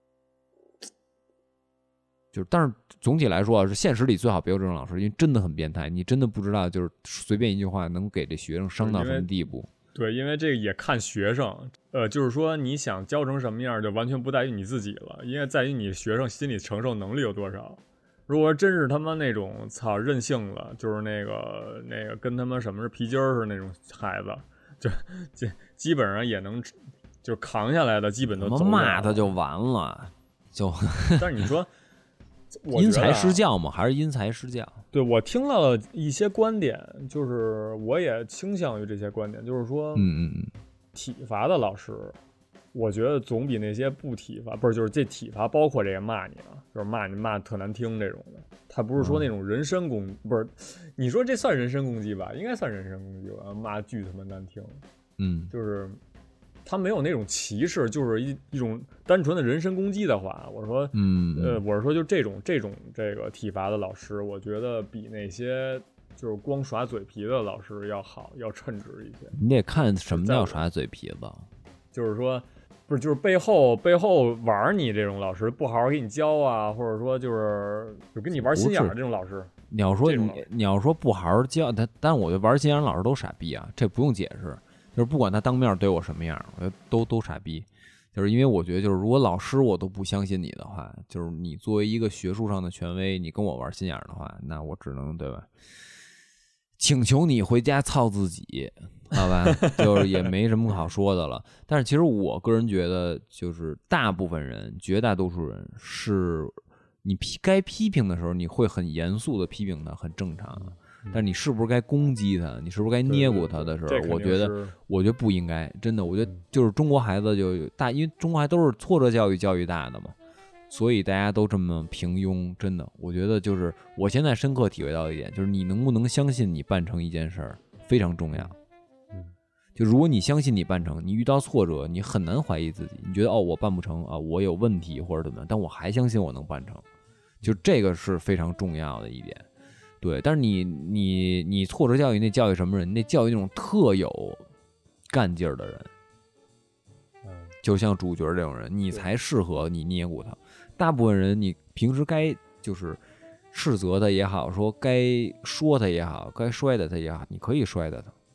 就是，但是总体来说啊，是现实里最好别有这种老师，因为真的很变态，你真的不知道，就是随便一句话能给这学生伤到什么地步。 对，因为这个也看学生，就是说你想教成什么样，就完全不在于你自己了，因为在于你学生心理承受能力有多少。如果真是他妈那种操任性了，就是那个跟他妈什么是皮筋儿似的那种孩子，就基本上也能就扛下来的，基本都走。 骂他就完了，就。 但是你说。 因材施教嘛，还是因材施教？ 对，我听到了一些观点，就是我也倾向于这些观点，就是说，体罚的老师，我觉得总比那些不体罚，不是就是这体罚，包括这个骂你啊，就是骂你骂特难听这种的，他不是说那种人身攻，不是，你说这算人身攻击吧？应该算人身攻击吧？骂巨他妈难听，就是。他没有那种歧视，就是一种单纯的人身攻击的话，我说，我是说就这种这个体罚的老师，我觉得比那些就是光耍嘴皮的老师要好，要称职一些。 你得看什么叫耍嘴皮子， 就是说，不是就是背后玩你这种老师，不好好给你教啊，或者说就跟你玩心眼这种老师。 你要说不好好教他，但我觉得玩心眼老师都傻逼啊，这不用解释。就是不管他当面对我什么样，我觉得都傻逼。就是因为我觉得，就是如果老师我都不相信你的话，就是你作为一个学术上的权威，你跟我玩心眼的话，那我只能对吧？请求你回家操自己，好吧？就是也没什么好说的了。但是其实我个人觉得，就是大部分人，绝大多数人是你该批评的时候，你会很严肃的批评他，很正常。但是你是不是该攻击他？你是不是该捏过他的时候？我觉得不应该，真的，我觉得就是中国孩子就大，因为中国孩子都是挫折教育大的嘛，所以大家都这么平庸。真的，我觉得就是我现在深刻体会到一点，就是你能不能相信你办成一件事儿非常重要。就如果你相信你办成，你遇到挫折，你很难怀疑自己，你觉得我办不成啊，我有问题或者怎么样，但我还相信我能办成，就这个是非常重要的一点。对，但是你挫折教育那教育什么人？那教育那种特有干劲儿的人，就像主角这种人，你才适合你捏过他。大部分人，你平时该就是斥责他也好，说该说他也好，该摔的他也好，你可以摔的他，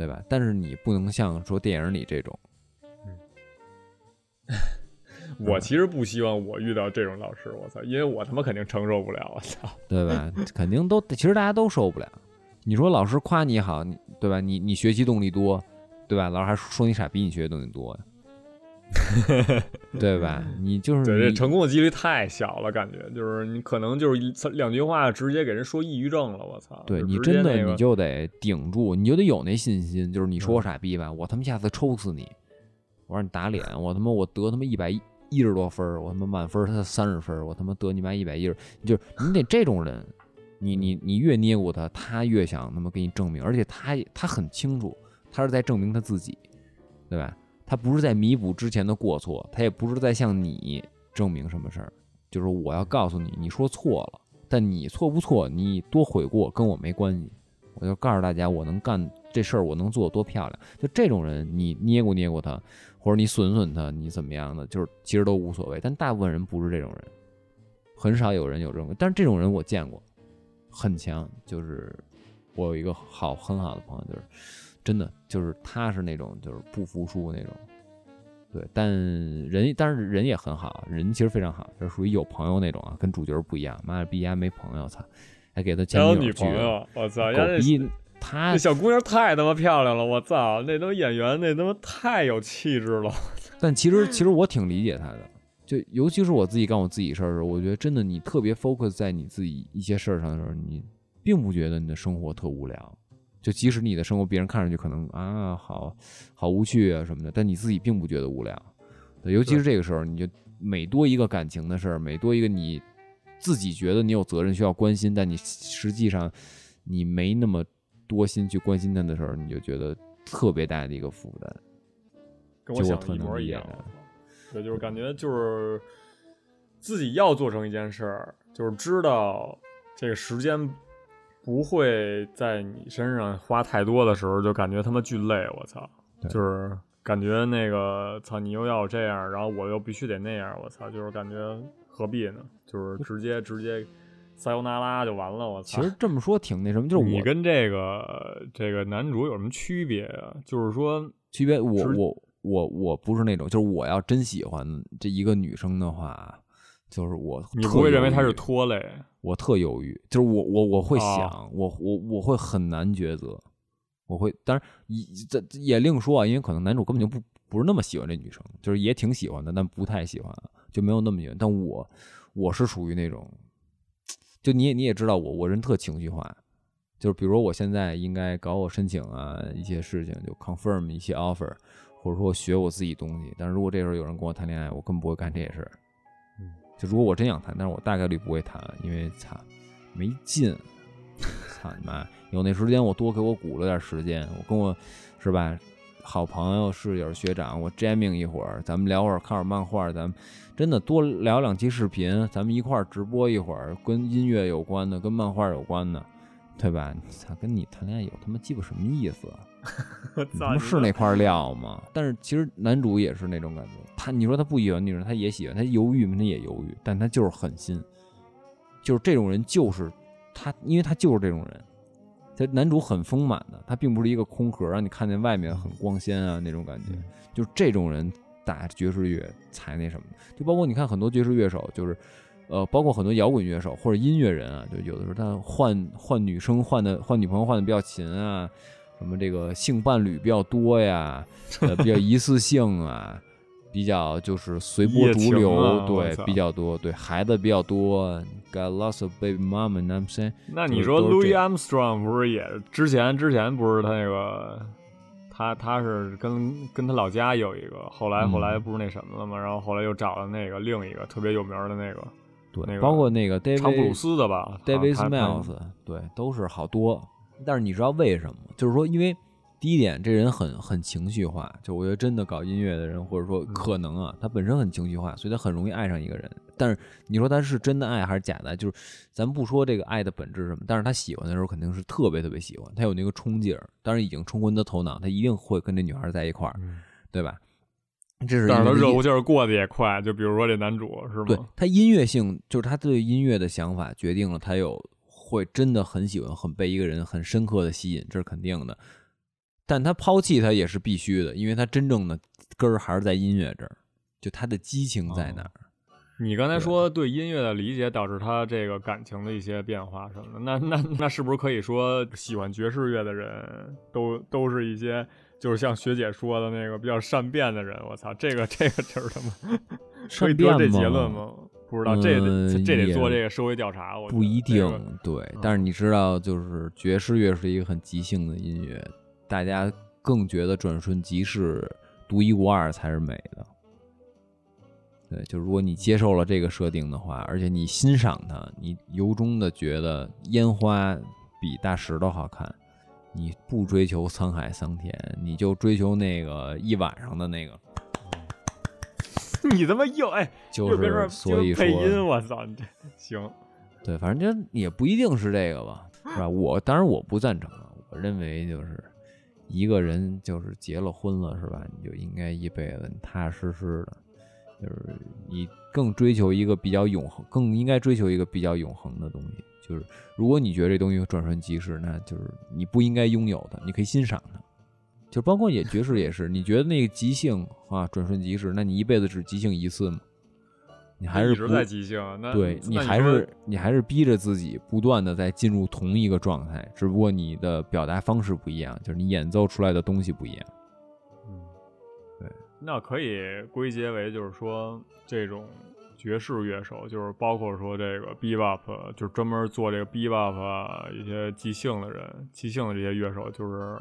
对吧？但是你不能像说电影里这种。 我其实不希望我遇到这种老师，我操，因为我他妈肯定承受不了，我操， 对吧？肯定都，其实大家都受不了。你说老师夸你好，对吧？你学习动力多，对吧？老师还说你傻逼，你学习动力多呀，对吧？你就是对这成功的几率太小了，感觉就是你可能就是2句话直接给人说抑郁症了，我操！ 对你真的你就得顶住，你就得有那信心，就是你说我傻逼吧，我他妈下次抽死你，我让你打脸，我得他妈110多分，我他妈满分他30分，我他妈得你妈110，就是你得这种人。你越捏过他，他越想那么给你证明，而且他很清楚，他是在证明他自己，对吧？他不是在弥补之前的过错，他也不是在向你证明什么事儿，就是我要告诉你，你说错了，但你错不错，你多悔过跟我没关系，我就告诉大家，我能干这事儿，我能做得多漂亮。就这种人，你捏过他，或者你损他，你怎么样的，就是其实都无所谓。但大部分人不是这种人，很少有人有这种，但是这种人我见过。很强，就是我有一个很好的朋友，就是真的就是他是那种就是不服输那种，对，但是人也很好，人其实非常好，就是属于有朋友那种啊，跟主角不一样，妈的逼还没朋友，操，还给他前女朋友，我操， 狗逼他那小姑娘太他妈漂亮了，我操，那他妈演员那他妈太有气质了。 但其实我挺理解他的。就尤其是我自己干我自己事儿的时候，我觉得真的你特别 focus 在你自己一些事儿上的时候，你并不觉得你的生活特无聊。就即使你的生活别人看上去可能啊好无趣啊什么的，但你自己并不觉得无聊。对，尤其是这个时候，你就每多一个感情的事儿，每多一个你自己觉得你有责任需要关心，但你实际上你没那么多心去关心他的时候，你就觉得特别大的一个负担。 跟我想的一模一样。对，就是感觉就是自己要做成一件事儿，就是知道这个时间不会在你身上花太多的时候，就感觉他妈巨累，我操！就是感觉那个操，你又要这样，然后我又必须得那样，我操！就是感觉何必呢？就是直接撒由那拉就完了，我操！ 其实这么说挺那什么，就是你跟这个男主有什么区别啊？就是说区别，我不是那种，就是我要真喜欢这一个女生的话，就是你不会认为她是拖累， 我特犹豫，就是我会想，我会很难抉择，我会，当然这也另说啊，因为可能男主根本就不是那么喜欢这女生，就是也挺喜欢的，但不太喜欢，就没有那么喜欢。但我是属于那种，就你也知道我人特情绪化。就是比如说我现在应该搞我申请啊一些事情，就 confirm 一些 offer。或者说我学我自己东西，但是如果这时候有人跟我谈恋爱，我根本不会干这些事儿。就如果我真想谈，但是我大概率不会谈，因为操没劲，操你妈！有那时间我多给我鼓了点时间，我跟我是吧好朋友室友学长，我 jamming 一会儿，咱们聊会儿看会儿漫画，咱们真的多聊2期视频，咱们一块儿直播一会儿，跟音乐有关的，跟漫画有关的，对吧？操，跟你谈恋爱有他妈鸡巴什么意思啊？你是那块料吗？但是其实男主也是那种感觉，你说他不喜欢女人，他也喜欢，他犹豫吗？他也犹豫，但他就是狠心，就是这种人就是他，因为他就是这种人。他男主很丰满的，他并不是一个空壳，让你看见外面很光鲜啊那种感觉。就是这种人打爵士乐才那什么，就包括你看很多爵士乐手，就是包括很多摇滚乐手或者音乐人啊，就有的时候他换女生换女朋友换的比较勤啊。什么这个性伴侣比较多呀，比较一次性啊，比较就是随波逐流，对，比较多，对，孩子比较多 ，got lots of baby mama， I'm saying。 那你说 Louis Armstrong 不是也之前不是他那个，他是跟他老家有一个，后来不是那什么了吗？然后后来又找了那个另一个特别有名的那个， 对， 那个包括那个 David 长布鲁斯的吧 ，David Smalls，对，都是好多。但是你知道为什么？就是说，因为第一点，这人很情绪化。就我觉得真的搞音乐的人，或者说可能啊，他本身很情绪化，所以他很容易爱上一个人。但是你说他是真的爱还是假的？就是咱不说这个爱的本质是什么，但是他喜欢的时候肯定是特别特别喜欢，他有那个冲劲儿。当然已经冲昏他头脑，他一定会跟这女孩在一块儿，对吧？这是， 但是他热乎劲儿过得也快。就比如说这男主是吗？ 对，他音乐性，就是他对音乐的想法决定了他会真的很喜欢，很被一个人很深刻的吸引，这是肯定的。 但他抛弃他也是必须的，因为他真正的根儿还是在音乐这儿，就他的激情在哪儿。 你刚才说对音乐的理解导致他这个感情的一些变化什么的，那是不是可以说喜欢爵士乐的人都是一些就是像学姐说的那个比较善变的人？我操，这个知道吗？可以得这结论吗？不知道，这得做这个社会调查。我不一定， 这个、 对。但是你知道，就是爵士乐是一个很即兴的音乐，大家更觉得转瞬即逝、独一无二才是美的。对，就如果你接受了这个设定的话，而且你欣赏它，你由衷的觉得烟花比大石头好看，你不追求沧海桑田，你就追求那个一晚上的那个。 你他妈就是所以说配音，我操，你这行。 对，反正就也不一定是这个吧，是吧？当然我不赞成啊，我认为就是一个人就是结了婚了，是吧？你就应该一辈子踏踏实实的。就是你更追求一个比较永恒，更应该追求一个比较永恒的东西。就是如果你觉得这东西转瞬即逝，那就是你不应该拥有它，你可以欣赏它。就包括爵士也是，你觉得那个即兴啊转瞬即逝，那你一辈子只即兴一次吗？你还是一直在即兴， 对你还是逼着自己不断的在进入同一个状态，只不过你的表达方式不一样，就是你演奏出来的东西不一样。 那可以归结为就是说这种爵士乐手，就是包括说这个 bebop， 就是专门做这个 bebop 啊一些即兴的这些乐手，就是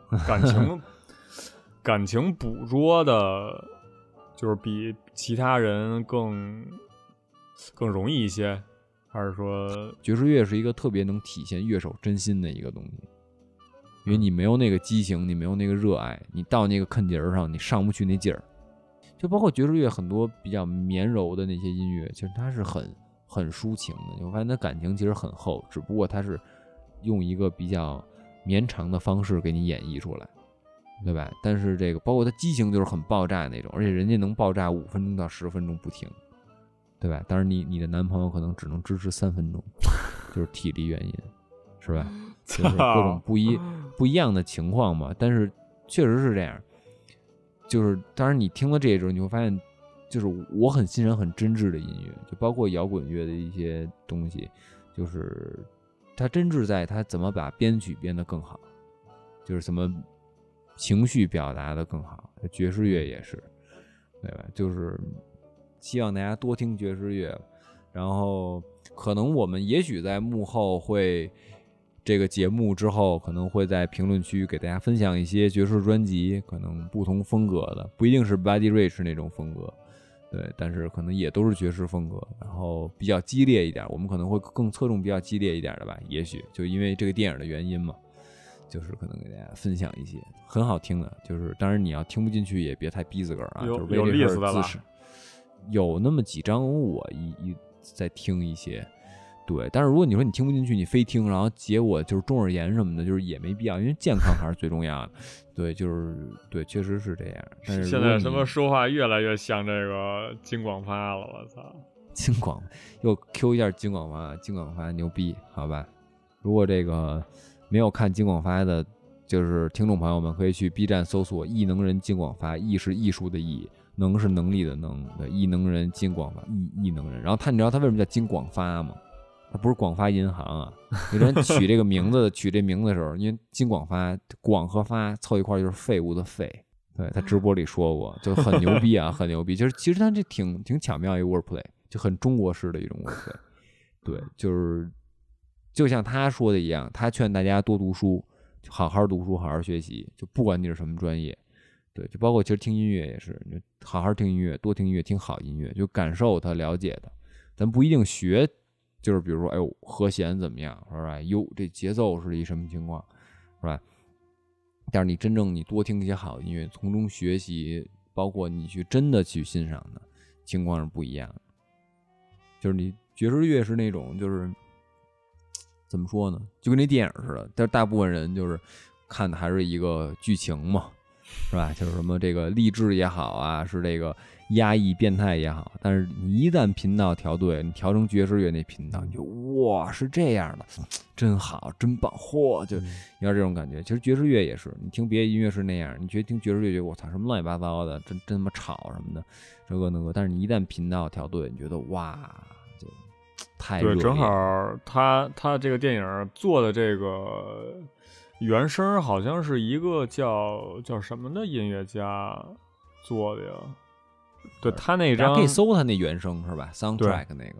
感情捕捉的，就是比其他人更容易一些，还是说爵士乐是一个特别能体现乐手真心的一个东西？因为你没有那个激情，你没有那个热爱，你到那个坎节上，你上不去那劲儿。就包括爵士乐很多比较绵柔的那些音乐，其实它是很抒情的。我发现它感情其实很厚，只不过它是用一个比较绵长的方式给你演绎出来，对吧？但是这个包括它激情就是很爆炸那种，而且人家能爆炸5分钟到10分钟不停，对吧？当然你的男朋友可能只能支持3分钟，就是体力原因，是吧？就是各种不一样的情况嘛，但是确实是这样。就是当然你听了这一首，你会发现，就是我很欣赏很真挚的音乐，就包括摇滚乐的一些东西，就是它真挚在它怎么把编曲编得更好，就是怎么情绪表达得更好。爵士乐也是，对吧？就是希望大家多听爵士乐，然后可能我们也许在幕后会。这个节目之后可能会在评论区给大家分享一些爵士专辑，可能不同风格的，不一定是 Buddy Rich 那种风格，对，但是可能也都是爵士风格，然后比较激烈一点，我们可能会更侧重比较激烈一点的吧，也许就因为这个电影的原因嘛，就是可能给大家分享一些很好听的，就是当然你要听不进去也别太逼自个儿啊，就是为这事自始，有那么几张我一在听一些。对，但是如果你说你听不进去，你非听，然后结果就是中耳炎什么的，就是也没必要，因为健康还是最重要的。对，就是对，确实是这样。但是现在他妈说话越来越像这个金广发了，我操！ 金广又 Q 一下金广发牛逼，好吧？如果这个没有看金广发的，就是听众朋友们可以去 B 站搜索艺能人金广发，艺是艺术的艺，能是能力的能，对，艺能人金广发，艺能人。然后你知道他为什么叫金广发吗？他不是广发银行啊！有人取这名字的时候，因为金广发广和发凑一块就是废物的废。对，他直播里说过，就很牛逼啊，很牛逼。就是其实他这挺巧妙一个 wordplay， 就很中国式的一种 wordplay。对，就是就像他说的一样，他劝大家多读书，就好好读书，好好学习，就不管你是什么专业。对，就包括其实听音乐也是，你好好听音乐，多听音乐，听好音乐，就感受他了解的，咱不一定学。就是比如说，哎呦，和弦怎么样，是吧？哟，这节奏是一什么情况，是吧？但是你真正你多听一些好音乐，从中学习，包括你真的去欣赏的情况是不一样的。就是你爵士乐是那种，就是怎么说呢？就跟那电影似的，但是大部分人就是看的还是一个剧情嘛， 是吧？就是什么这个励志也好啊，是这个压抑变态也好，但是你一旦频道调对，你调成爵士乐那频道，你就哇是这样的，真好，真棒，嚯，就有点这种感觉。其实爵士乐也是，你听别的音乐是那样，你觉得听爵士乐觉得我操什么乱七八糟的，真他妈吵什么的，这个那个，但是你一旦频道调对，你觉得哇，就太热烈。 对，正好他这个电影做的这个原声好像是一个叫什么的音乐家做的呀？对，他那张可以搜他那原声是吧 ？Soundtrack 那个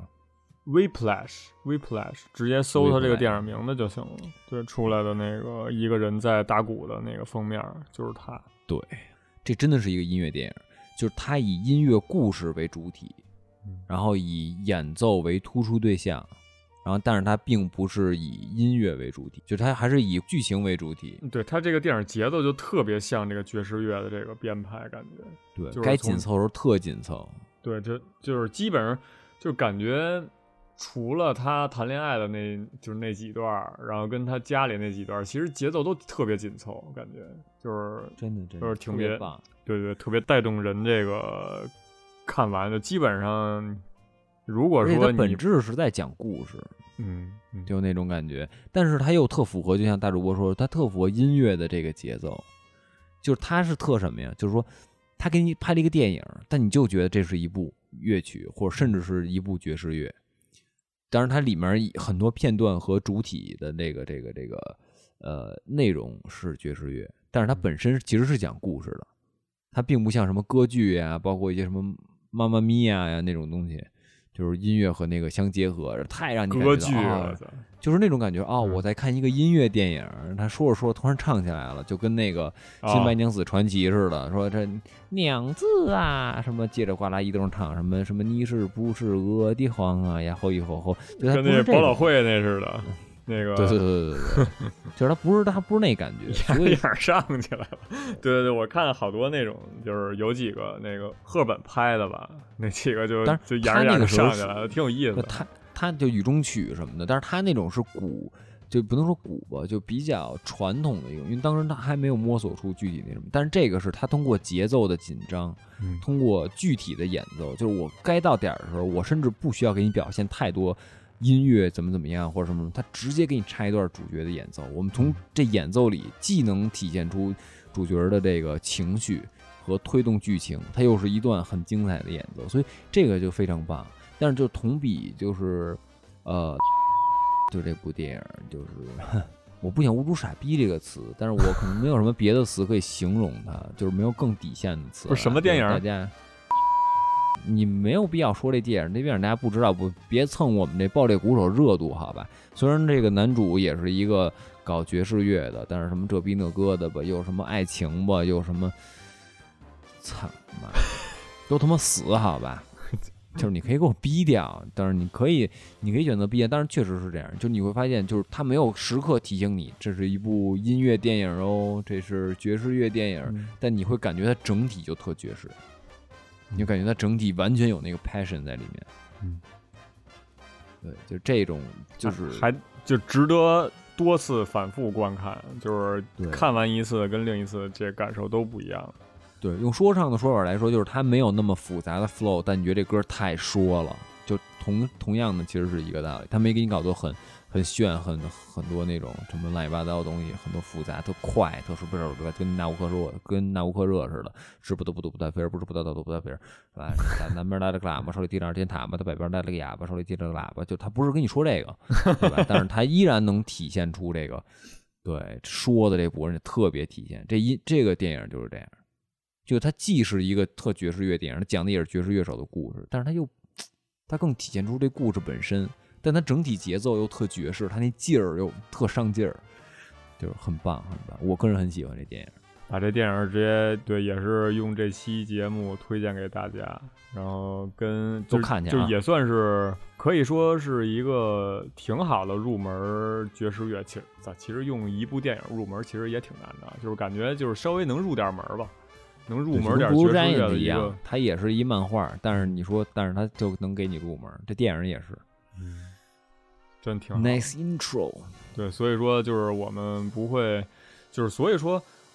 Whiplash， 直接搜他这个电影名字就行了。对，出来的那个一个人在打鼓的那个封面就是他。 对，这真的是一个音乐电影，就是他以音乐故事为主体，然后以演奏为突出对象。然后，但是它并不是以音乐为主体，就它还是以剧情为主体。 对，它这个电影节奏就特别像这个爵士乐的这个编排感觉。 对， 就是该紧凑的时候特紧凑。 对，就是基本上就感觉除了他谈恋爱的就是那几段，然后跟他家里那几段，其实节奏都特别紧凑，感觉就是真的就是挺别棒。 对，特别带动人。这个看完的基本上。如果说你本质是在讲故事，就那种感觉，但是它又特符合，就像大主播说，它特符合音乐的这个节奏，就是它是特什么呀？就是说，他给你拍了一个电影，但你就觉得这是一部乐曲，或者甚至是一部爵士乐。当然，它里面很多片段和主体的这个内容是爵士乐，但是它本身其实是讲故事的，它并不像什么歌剧呀，包括一些什么妈妈咪呀那种东西。就是音乐和那个相结合，太让你感觉到歌剧就是那种感觉我在看一个音乐电影，他说着说着突然唱起来了，就跟那个《新白娘子传奇》似的，说这娘子啊什么，接着呱啦一顿唱什么什么你是不是我的皇啊呀吼一吼吼，就跟那百老汇那似的。那个对，就是他不是那感觉，所以上起来了。对，我看了好多那种，就是有几个那个赫本拍的吧，那几个就演着上起来了，挺有意思的。 他就雨中曲什么的，但是他那种是鼓，就不能说鼓吧，就比较传统的一种，因为当时他还没有摸索出具体那什么。但是这个是他通过节奏的紧张，通过具体的演奏，就是我该到点的时候，我甚至不需要给你表现太多。音乐怎么样或者什么，他直接给你插一段主角的演奏，我们从这演奏里既能体现出主角的这个情绪和推动剧情，它又是一段很精彩的演奏，所以这个就非常棒。但是就同比就是就这部电影就是我不想侮辱傻逼这个词，但是我可能没有什么别的词可以形容它，就是没有更底线的词。 不是什么电影？ 大家你没有必要说这电影，这电影大家不知道，别蹭我们这爆裂鼓手热度，好吧？虽然这个男主也是一个搞爵士乐的，但是什么这逼那哥的吧，又什么爱情吧，又什么，操妈，都他妈死好吧？就是你可以给我逼掉，但是你可以选择逼掉，但是确实是这样，就你会发现，就是他没有时刻提醒你这是一部音乐电影哦，这是爵士乐电影，但你会感觉它整体就特爵士。你就感觉它整体完全有那个 passion 在里面，对，就这种就是还就值得多次反复观看，就是看完一次跟另一次这感受都不一样。 对，用说唱的说法来说，就是它没有那么复杂的 flow， 但你觉得这歌太说了，就同样的其实是一个道理，它没给你搞得很炫，很多那种什么乱七八糟的东西，很多复杂，特快，特殊不是跟纳乌克热似的，是不得菲尔，不是不得不得菲尔，是吧？南边来了个喇叭，手里提着电塔嘛，他北边来了个哑巴，手里提着个喇叭，就他不是跟你说这个，对吧？但是他依然能体现出这个，对说的这部分特别体现。这个电影就是这样，就它既是一个特爵士乐电影，它讲的也是爵士乐手的故事，但是它更体现出这故事本身。但它整体节奏又特爵士，它那劲儿又特上劲儿，就是很棒很棒。我个人很喜欢这电影， 把这电影直接对也是用这期节目推荐给大家，然后都看见， 就也算是可以说是一个挺好的入门爵士乐。其实用一部电影入门其实也挺难的，就是感觉就是稍微能入点门吧，能入门点爵士乐的一个。 它也是一漫画，但是它就能给你入门。这电影也是。 真挺好 Nice intro。 对，所以说就是我们不会，就是所以说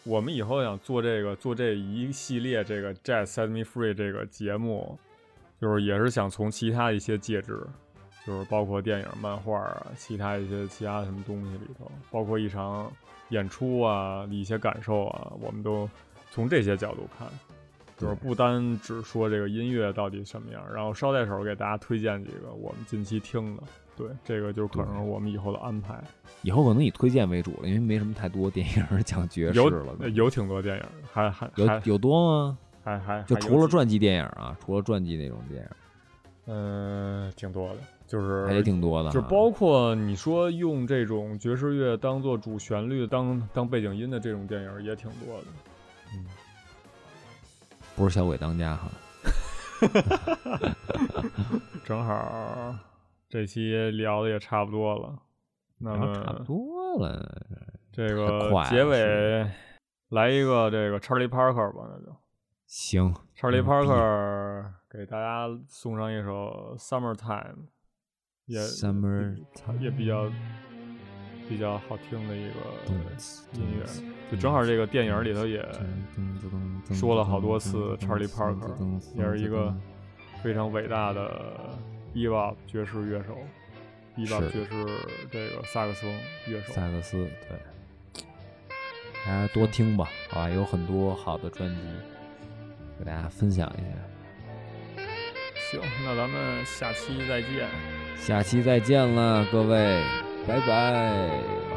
我们以后想做这一系列这个 Jazz Set Me Free 这个节目，就是也是想从其他一些介质，就是包括电影、漫画啊，其他什么东西里头，包括一场演出啊，一些感受啊，我们都从这些角度看，就是不单只说这个音乐到底什么样，然后捎带手给大家推荐几个我们近期听的。对，这个就是可能我们以后的安排。 以后可能以推荐为主了，因为没什么太多电影讲爵士了。 有挺多电影，还有多吗？ 还就除了传记电影啊，除了传记那种电影，挺多的，就是还也挺多的， 就包括你说用这种爵士乐当做主旋律当背景音的这种电影也挺多的。 不是小鬼当家哈。 正好这期聊的也差不多了，那么差不多了， 这个结尾来一个这个 Charlie Parker 吧，那就行。 Charlie Parker 给大家送上一首 Summertime， 也比较好听的一个音乐，就正好这个电影里头也说了好多次 Charlie Parker， 也是一个非常伟大的bebop爵士乐手，bebop爵士这个萨克斯乐手， 萨克斯，对，大家多听吧，好吧，有很多好的专辑给大家分享一下。 行，那咱们下期再见。 下期再见了，各位，拜拜。